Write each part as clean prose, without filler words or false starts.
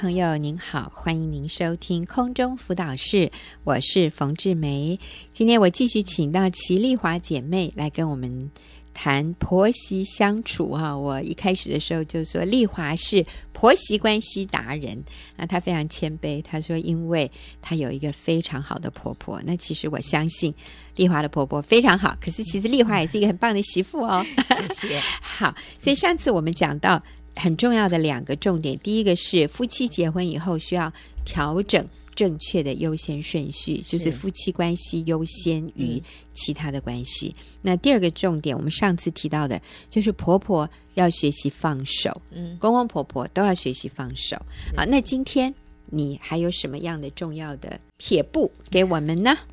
朋友您好，欢迎您收听空中辅导室，我是冯志梅。今天我继续请到齐丽华姐妹来跟我们谈婆媳相处哈。我一开始的时候就说丽华是婆媳关系达人，那她非常谦卑，她说因为她有一个非常好的婆婆。那其实我相信丽华的婆婆非常好，可是其实丽华也是一个很棒的媳妇哦。 谢谢。 好，所以上次我们讲到很重要的两个重点，第一个是夫妻结婚以后需要调整正确的优先顺序，就是夫妻关系优先于其他的关系。那第二个重点我们上次提到的就是婆婆要学习放手，公公婆婆都要学习放手。好，那今天你还有什么样的重要的撇步给我们呢？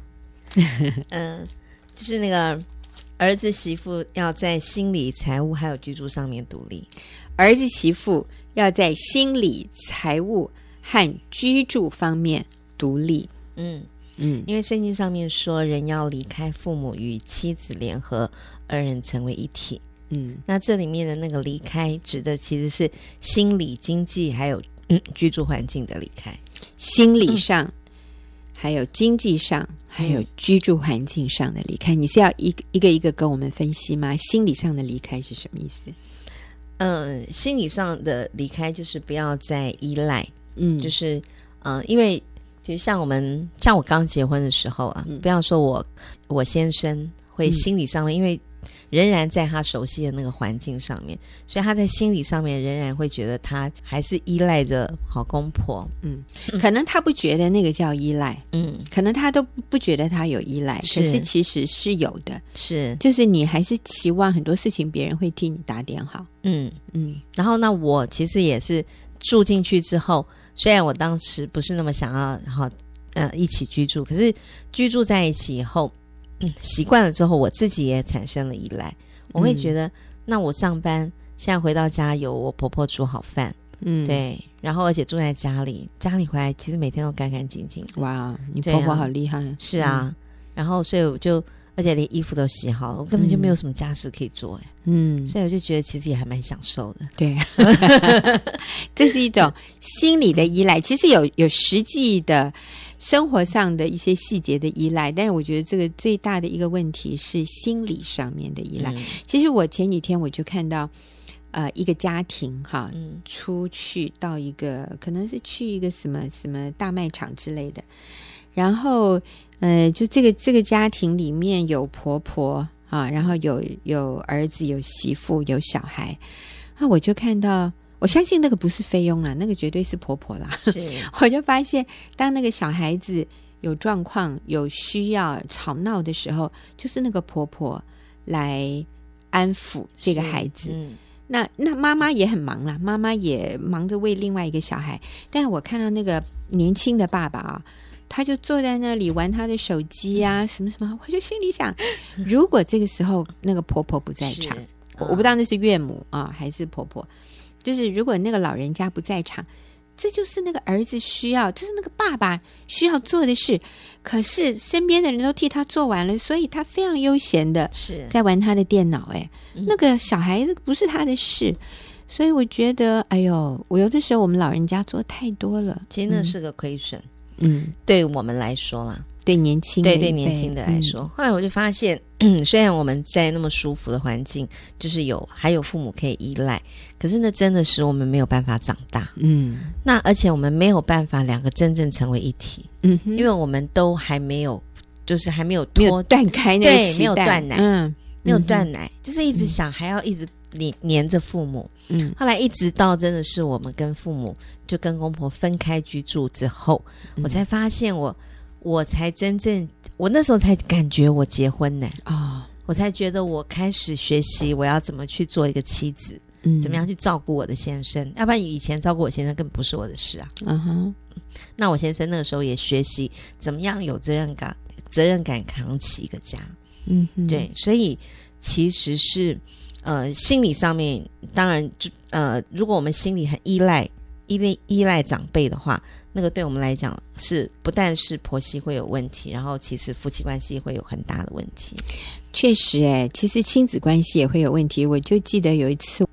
就是那个儿子媳妇要在心理、财务还有居住上面独立。 儿子媳妇要在心理、财务和居住方面独立。 因为圣经上面说人要离开父母与妻子联合，二人成为一体。那这里面的那个离开指的其实是心理、经济还有居住环境的离开。 心理上还有经济上还有居住环境上的离开，你是要一个一个跟我们分析吗？心理上的离开是什么意思？ 心理上的离开就是不要再依赖，就是因为比如像我刚结婚的时候啊，不要说我先生会心理上面，因为仍然在他熟悉的那个环境上面，所以他在心理上面仍然会觉得他还是依赖着好公婆。 可能他不觉得那个叫依赖，可能他都不觉得他有依赖，可是其实是有的，是就是你还是期望很多事情别人会替你打点好。 然后那我其实也是住进去之后，虽然我当时不是那么想要一起居住，可是居住在一起以后习惯了之后，我自己也产生了依赖。我会觉得那我上班现在回到家有我婆婆煮好饭，对，然后而且住在家里回来其实每天都干干净净。 哇，你婆婆好厉害。 是啊，然后所以我就而且连衣服都洗好了，我根本就没有什么家事可以做所以我就觉得其实也还蛮享受的。 对这是一种心理的依赖，其实有实际的生活上的一些细节的依赖，但是我觉得这个最大的一个问题是心理上面的依赖。其实我前几天我就看到一个家庭出去到一个可能是去一个什么大卖场之类的，然后就这个家庭里面有婆婆然后有儿子有媳妇有小孩我就看到，我相信那个不是菲佣啦，那个绝对是婆婆啦。我就发现当那个小孩子有状况有需要吵闹的时候，就是那个婆婆来安抚这个孩子。那妈妈也很忙啦，妈妈也忙着为另外一个小孩，但我看到那个年轻的爸爸他就坐在那里玩他的手机什么什么，我就心里想，如果这个时候那个婆婆不在场，我不知道那是岳母还是婆婆，就是如果那个老人家不在场，这就是那个儿子需要，这是那个爸爸需要做的事，可是身边的人都替他做完了，所以他非常悠闲的在玩他的电脑。那个小孩子不是他的事，所以我觉得我有的时候我们老人家做太多了， 其实那是个亏损。对我们来说啦， 对年轻的对年轻的来说，后来我就发现虽然我们在那么舒服的环境，就是还有父母可以依赖，可是那真的使我们没有办法长大。那而且我们没有办法两个真正成为一体。因为我们都还没有断开那个脐带， 对，没有断奶，没有断奶，就是一直想还要一直黏着父母。后来一直到真的是我们跟父母就跟公婆分开居住之后，我才发现我才真正，我那时候才感觉我结婚呢。我才觉得我开始学习我要怎么去做一个妻子，怎么样去照顾我的先生，要不然以前照顾我先生根本不是我的事啊。那我先生那个时候也学习怎么样有责任感扛起一个家。对，所以其实是心理上面，当然如果我们心里很依赖长辈的话，那个对我们来讲是不但是婆媳会有问题，然后其实夫妻关系会有很大的问题。 确实其实亲子关系也会有问题。我就记得有一次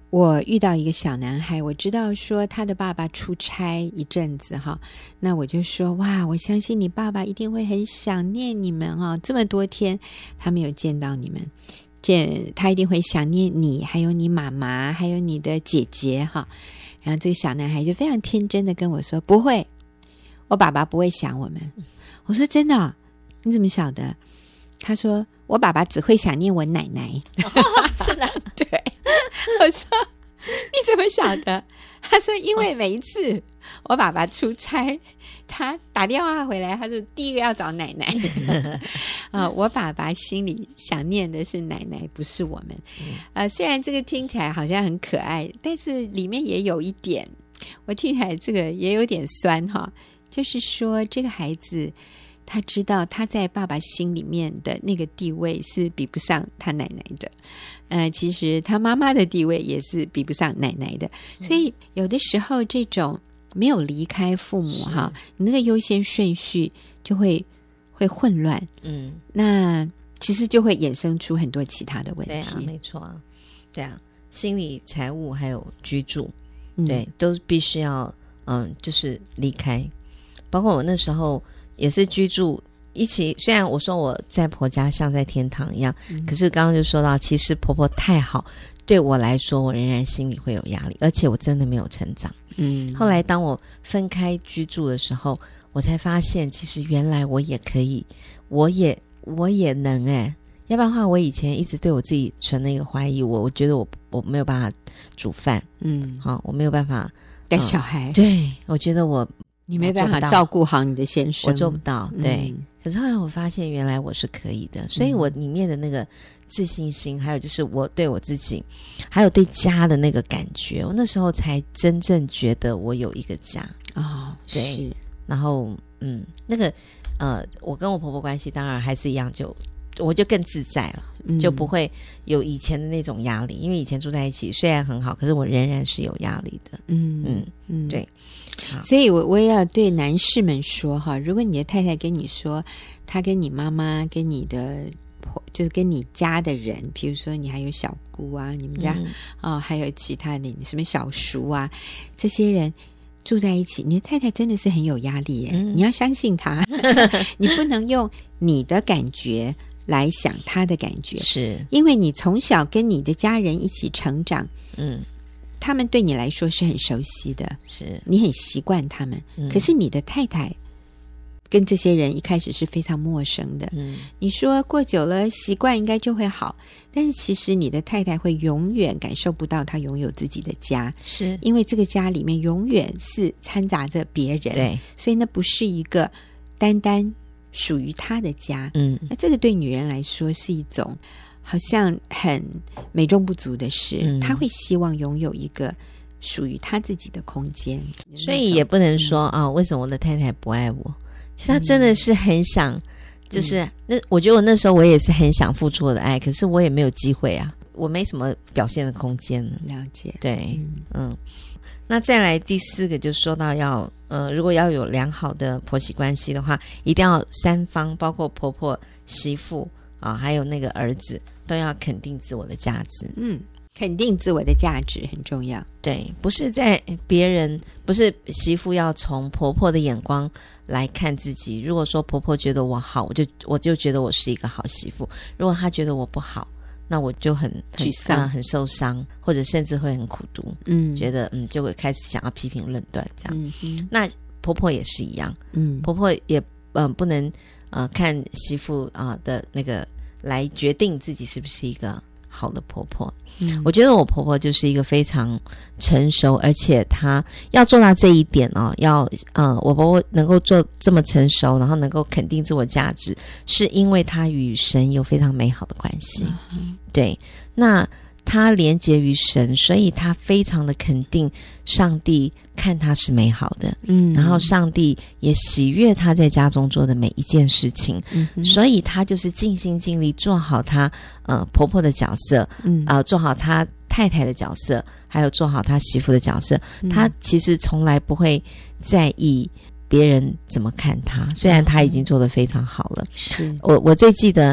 我遇到一个小男孩，我知道说他的爸爸出差一阵子哈，那我就说哇，我相信你爸爸一定会很想念你们哈，这么多天他没有见到你们，他一定会想念你，还有你妈妈，还有你的姐姐哈。然后这个小男孩就非常天真的跟我说，不会，我爸爸不会想我们。我说真的哦？你怎么晓得？他说我爸爸只会想念我奶奶。 是的， 对。我说你怎么晓得？他说因为每一次我爸爸出差，他打电话回来，他说第一个要找奶奶。我爸爸心里想念的是奶奶，不是我们。虽然这个听起来好像很可爱，但是里面也有一点，我听起来这个也有点酸哈。就是说这个孩子他知道他在爸爸心里面的那个地位是比不上他奶奶的，其实他妈妈的地位也是比不上奶奶的，所以有的时候这种没有离开父母哈，你那个优先顺序就会混乱，那其实就会衍生出很多其他的问题。 对啊，没错啊，对啊，心理、财务还有居住，对，都必须要就是离开。包括我那时候也是居住一起，虽然我说我在婆家像在天堂一样，可是刚刚就说到，其实婆婆太好，对我来说我仍然心里会有压力，而且我真的没有成长。后来当我分开居住的时候，我才发现其实原来我也可以，我也能要不然的话我以前一直对我自己存了一个怀疑，我觉得我没有办法煮饭，我没有办法带小孩， 对，我觉得你没办法照顾好你的先生， 我做不到，对。可是后来我发现原来我是可以的，所以我里面的那个自信心，还有就是我对我自己还有对家的那个感觉，我那时候才真正觉得我有一个家对。是。然后那个我跟我婆婆关系当然还是一样，我就更自在了，就不会有以前的那种压力，因为以前住在一起虽然很好，可是我仍然是有压力的。对。 所以我也要对男士们说哈，如果你的太太跟你说她跟你妈妈跟你的就是跟你家的人，比如说你还有小姑啊，你们家还有其他的什么小叔啊，这些人住在一起，你的太太真的是很有压力耶，你要相信她。你不能用你的感觉来想她的感觉，是因为你从小跟你的家人一起成长，他们对你来说是很熟悉的，是你很习惯他们，可是你的太太跟这些人一开始是非常陌生的，你说过久了习惯应该就会好，但是其实你的太太会永远感受不到她拥有自己的家，是因为这个家里面永远是掺杂着别人，对，所以那不是一个单单属于她的家，那这个对女人来说是一种好像很美中不足的事，她会希望拥有一个属于她自己的空间， 所以也不能说为什么我的太太不爱我，其实她真的是很想，就是那我觉得我那时候我也是很想付出我的爱，可是我也没有机会啊，我没什么表现的空间。 了解， 对，那再来第4个就说到要如果要有良好的婆媳关系的话，一定要三方，包括婆婆、媳妇还有那个儿子，都要肯定自我的价值。 肯定自我的价值很重要。 对，不是在别人，不是媳妇要从婆婆的眼光来看自己。如果说婆婆觉得我好，我就觉得我是一个好媳妇；如果她觉得我不好，那我就很沮丧、 很受伤，或者甚至会很苦毒。觉得就会开始想要批评论断这样。那婆婆也是一样。婆婆也不能看媳妇的那个来决定自己是不是一个好的婆婆。我觉得我婆婆就是一个非常成熟，而且她要做到这一点我婆婆能够做这么成熟，然后能够肯定自我价值，是因为她与神有非常美好的关系。对，那她连结于神，所以她非常的肯定上帝看她是美好的，然后上帝也喜悦她在家中做的每一件事情，所以她就是尽心尽力做好她婆婆的角色，做好她太太的角色，还有做好她媳妇的角色。她其实从来不会在意别人怎么看她，虽然她已经做得非常好了。是我最记得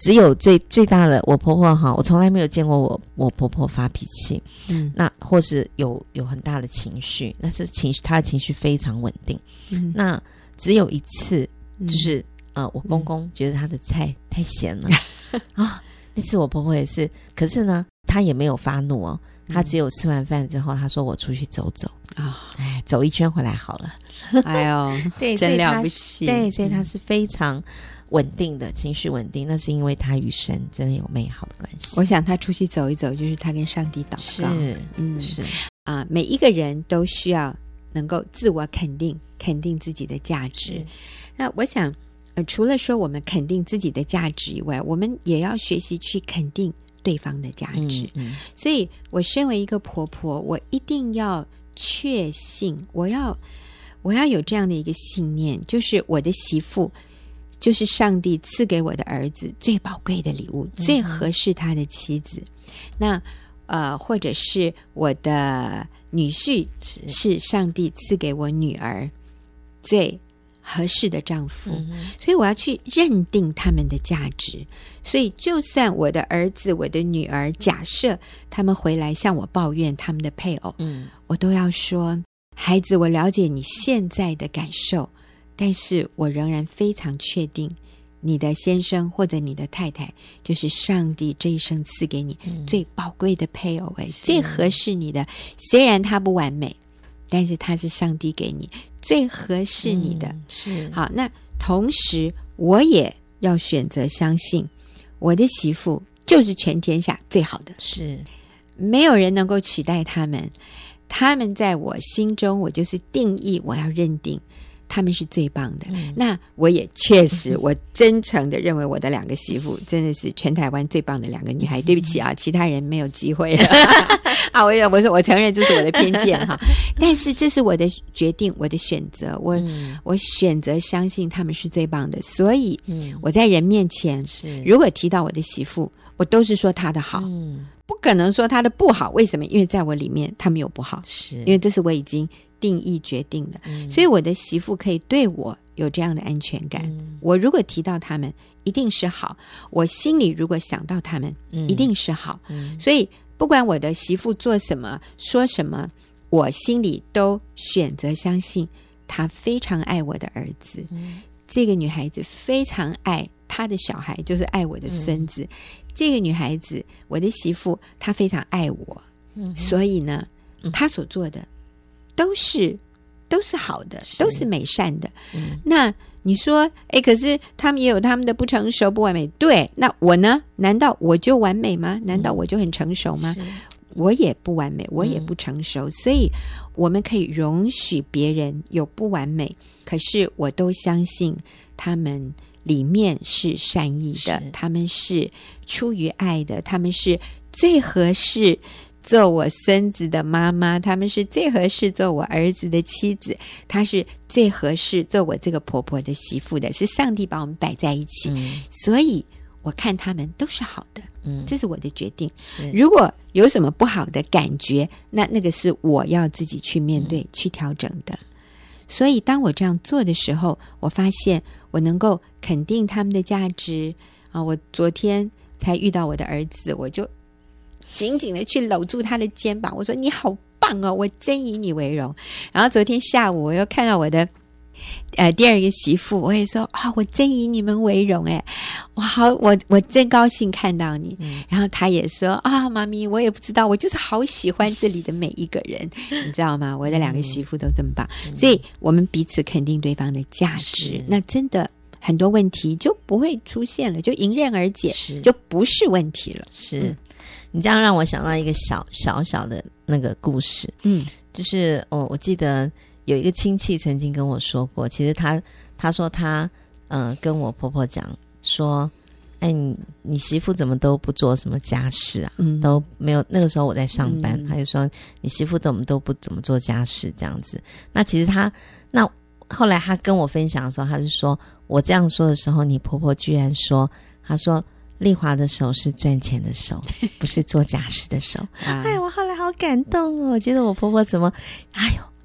只有最大的，我婆婆哈，我从来没有见过我婆婆发脾气，那或是有很大的情绪，那是她的情绪非常稳定，那只有一次，就是我公公觉得他的菜太咸了啊，那次我婆婆也是，可是呢，她也没有发怒哦，她只有吃完饭之后，她说我出去走走啊，走一圈回来好了， 哎呦， 对， 真了不起， 对，所以她是非常稳定的，情绪稳定，那是因为她与神真的有美好的关系。 我想她出去走一走，就是她跟上帝祷告， 是每一个人都需要能够自我肯定自己的价值。那我想除了说我们肯定自己的价值以外，我们也要学习去肯定对方的价值。所以我身为一个婆婆，我一定要确信，我要有这样的一个信念，就是我的媳妇就是上帝赐给我的儿子最宝贵的礼物，最合适他的妻子。那或者是我的女婿是上帝赐给我女儿最合适的丈夫，所以我要去认定他们的价值。所以就算我的儿子我的女儿假设他们回来向我抱怨他们的配偶，我都要说，孩子，我了解你现在的感受，但是我仍然非常确定你的先生或者你的太太就是上帝这一生赐给你最宝贵的配偶，最合适你的，虽然他不完美，但是他是上帝给你最合适你的。 是好，那同时我也要选择相信我的媳妇就是全天下最好的， 是没有人能够取代他们，他们在我心中，我就是定义，我要认定他们是最棒的。那我也确实我真诚的认为我的两个媳妇真的是全台湾最棒的两个女孩。对不起啊，其他人没有机会了啊！我说我承认这是我的偏见哈，但是这是我的决定，我的选择，我选择相信他们是最棒的。所以我在人面前如果提到我的媳妇，我都是说她的好，不可能说她的不好。为什么？因为在我里面她没有不好，因为这是我已经定义决定的，所以我的媳妇可以对我有这样的安全感。我如果提到他们一定是好，我心里如果想到他们一定是好，所以不管我的媳妇做什么说什么，我心里都选择相信她非常爱我的儿子，这个女孩子非常爱她的小孩，就是爱我的孙子，这个女孩子我的媳妇她非常爱我，所以呢她所做的都是好的，都是美善的。那你说可是他们也有他们的不成熟不完美，对，那我呢？难道我就完美吗？难道我就很成熟吗？我也不完美，我也不成熟，所以我们可以容许别人有不完美，可是我都相信他们里面是善意的，他们是出于爱的，他们是最合适做我孙子的妈妈，他们是最合适做我儿子的妻子，他是最合适做我这个婆婆的媳妇的，是上帝把我们摆在一起，所以我看他们都是好的，这是我的决定。如果有什么不好的感觉，那个是我要自己去面对，去调整的。所以当我这样做的时候，我发现我能够肯定他们的价值啊！我昨天才遇到我的儿子，我就紧紧的去搂住他的肩膀，我说你好棒哦，我真以你为荣。然后昨天下午我又看到我的第二个媳妇，我也说我真以你们为荣，我真高兴看到你。然后他也说妈咪，我也不知道，我就是好喜欢这里的每一个人，你知道吗？我的两个媳妇都这么棒，所以我们彼此肯定对方的价值，那真的很多问题就不会出现了，就迎刃而解，就不是问题了。 是你这样让我想到一个小的那个故事，就是我记得有一个亲戚曾经跟我说过，其实他说他跟我婆婆讲说，你媳妇怎么都不做什么家事啊？都没有。那个时候我在上班，他就说你媳妇怎么都不怎么做家事这样子。那其实那后来他跟我分享的时候，他是说我这样说的时候，你婆婆居然说，他说丽华的手是赚钱的手，不是做家事的手。我后来好感动哦，我觉得我婆婆怎么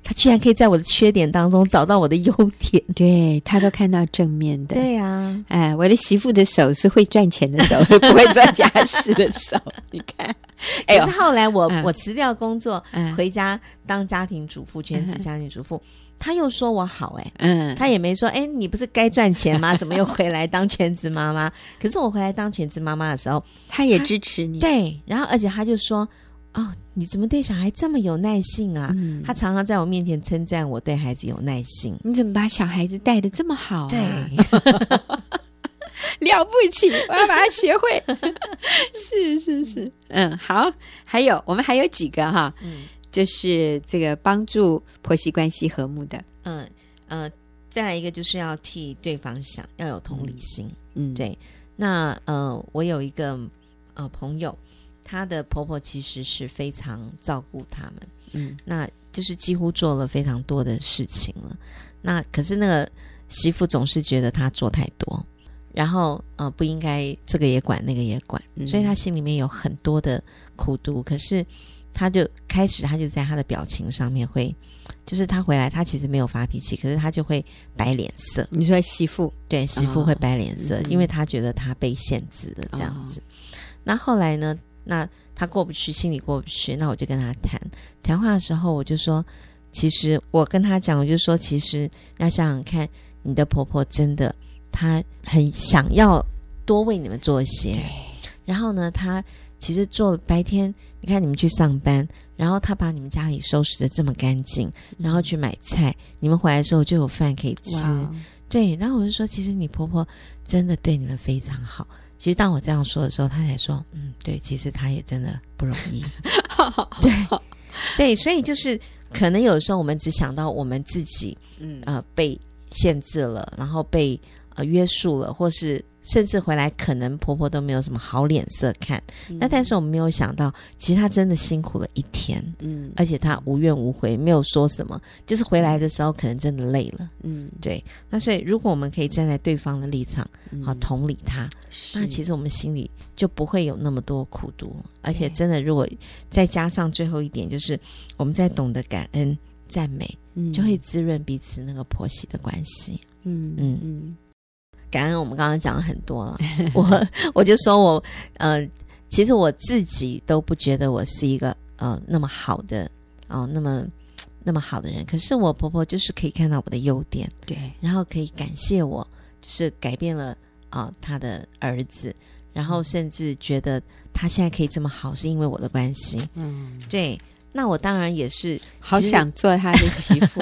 他居然可以在我的缺点当中找到我的优点， 对，他都看到正面的。 对啊， 哎，我的媳妇的手是会赚钱的手，不会做家事的手。你看， 可是后来我辞掉工作，回家当家庭主妇，全职家庭主妇。他又说我好他也没说你不是该赚钱吗？怎么又回来当全职妈妈？可是我回来当全职妈妈的时候， 他也支持你。 对，然后而且他就说你怎么对小孩这么有耐性啊？他常常在我面前称赞我对孩子有耐性。 你怎么把小孩子带得这么好啊？ 对了不起，我要把它学会。是，好，我们还有几个哈，就是这个帮助婆媳关系和睦的。 再来一个就是要替对方想，要有同理心。对。那我有一个朋友，她的婆婆其实是非常照顾他们，那就是几乎做了非常多的事情了。那可是那个媳妇总是觉得她做太多，然后不应该这个也管那个也管，所以她心里面有很多的苦毒。可是她就在她的表情上面会，就是她回来她其实没有发脾气，可是她就会摆脸色。 你说媳妇？对， 媳妇会摆脸色，因为她觉得她被限制了这样子。那后来呢，那她过不去，心里过不去，那我就跟她谈话的时候，我就说，其实我跟她讲，我就说，其实要想想看，你的婆婆真的她很想要多为你们做一些，然后呢她其实做了白天，你看你们去上班，然后她把你们家里收拾得这么干净，然后去买菜，你们回来的时候就有饭可以吃。对，然后我就说，其实你婆婆真的对你们非常好。其实当我这样说的时候，她才说对，其实她也真的不容易。对，所以就是可能有的时候我们只想到我们自己被限制了，然后被约束了，或是甚至回来可能婆婆都没有什么好脸色看。那但是我们没有想到，其实她真的辛苦了一天，而且她无怨无悔，没有说什么，就是回来的时候可能真的累了。对。那所以如果我们可以站在对方的立场，同理她，那其实我们心里就不会有那么多苦毒。而且真的，如果再加上最后一点，就是我们在懂得感恩赞美，就会滋润彼此那个婆媳的关系。感恩我们刚刚讲了很多了，我就说我其实我自己都不觉得我是一个那么好的那么好的人，可是我婆婆就是可以看到我的优点，对，然后可以感谢我，就是改变了她的儿子，然后甚至觉得他现在可以这么好是因为我的关系。对，那我当然也是好想做他的媳妇。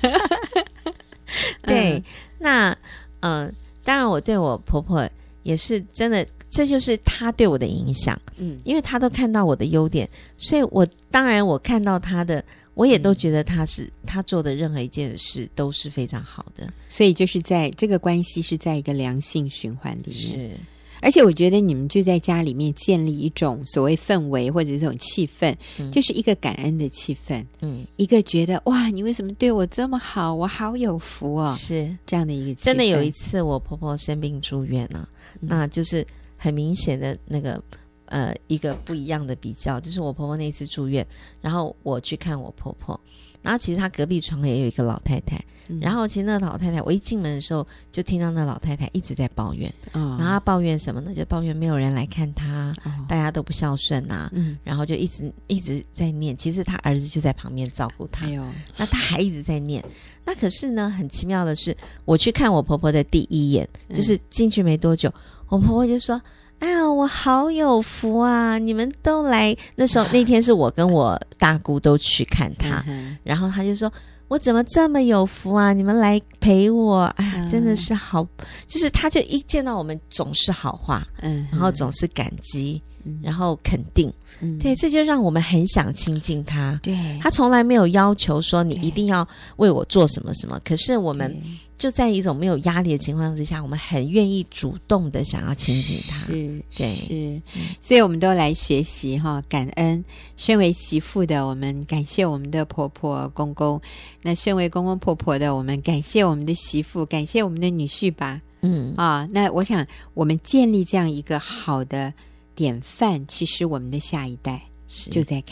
对，那当然我对我婆婆也是真的，这就是她对我的影响。因为她都看到我的优点，所以当然我看到她的，我也都觉得她做的任何一件事都是非常好的。 所以就是在这个关系是在一个良性循环里面。是。而且我觉得你们就在家里面建立一种所谓氛围或者这种气氛，就是一个感恩的气氛，一个觉得哇，你为什么对我这么好，我好有福哦，是这样的一个气氛。 真的有一次我婆婆生病住院那就是很明显的那个一个不一样的比较，就是我婆婆那次住院，然后我去看我婆婆，然后其实她隔壁床也有一个老太太，然后其实那个老太太，我一进门的时候就听到那老太太一直在抱怨，然后她抱怨什么呢？就抱怨没有人来看她，大家都不孝顺然后就一直在念。其实她儿子就在旁边照顾她，那她还一直在念。那可是呢，很奇妙的是，我去看我婆婆的第一眼，就是进去没多久，我婆婆就说：“哎呀，我好有福啊！你们都来。”那天是我跟我大姑都去看她，然后她就说：“我怎么这么有福啊？你们来陪我，哎呀，真的是好。”就是她就一见到我们总是好话，然后总是感激，然后肯定，对，这就让我们很想亲近她。对，她从来没有要求说你一定要为我做什么什么，可是我们就在一种没有压力的情况之下，我们很愿意主动的想要亲近她。对， 所以我们都来学习感恩。身为媳妇的我们感谢我们的婆婆公公，那身为公公婆婆的我们感谢我们的媳妇，感谢我们的女婿吧。那我想我们建立这样一个好的典范，其实我们的下一代就在看，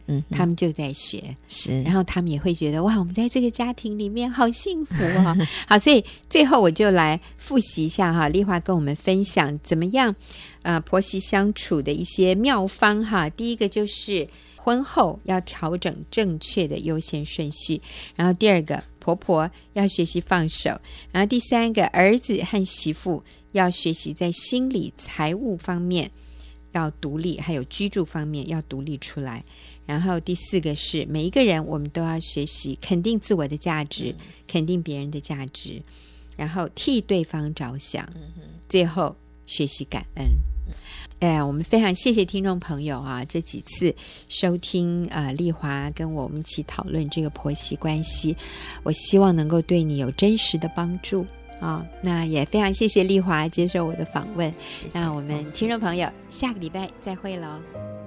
他们就在学， 是， 然后他们也会觉得哇，我们在这个家庭里面好幸福哦。好，所以最后我就来复习一下哈，丽华跟我们分享怎么样婆媳相处的一些妙方哈。第一个就是婚后要调整正确的优先顺序，然后第二个婆婆要学习放手，然后第三个儿子和媳妇要学习在心理财务方面要独立，还有居住方面要独立出来，然后第四个是每一个人我们都要学习肯定自我的价值，肯定别人的价值，然后替对方着想，最后学习感恩。我们非常谢谢听众朋友啊，这几次收听丽华跟我们一起讨论这个婆媳关系，我希望能够对你有真实的帮助啊。那也非常谢谢丽华接受我的访问，谢谢。那我们听众朋友下个礼拜再会咯。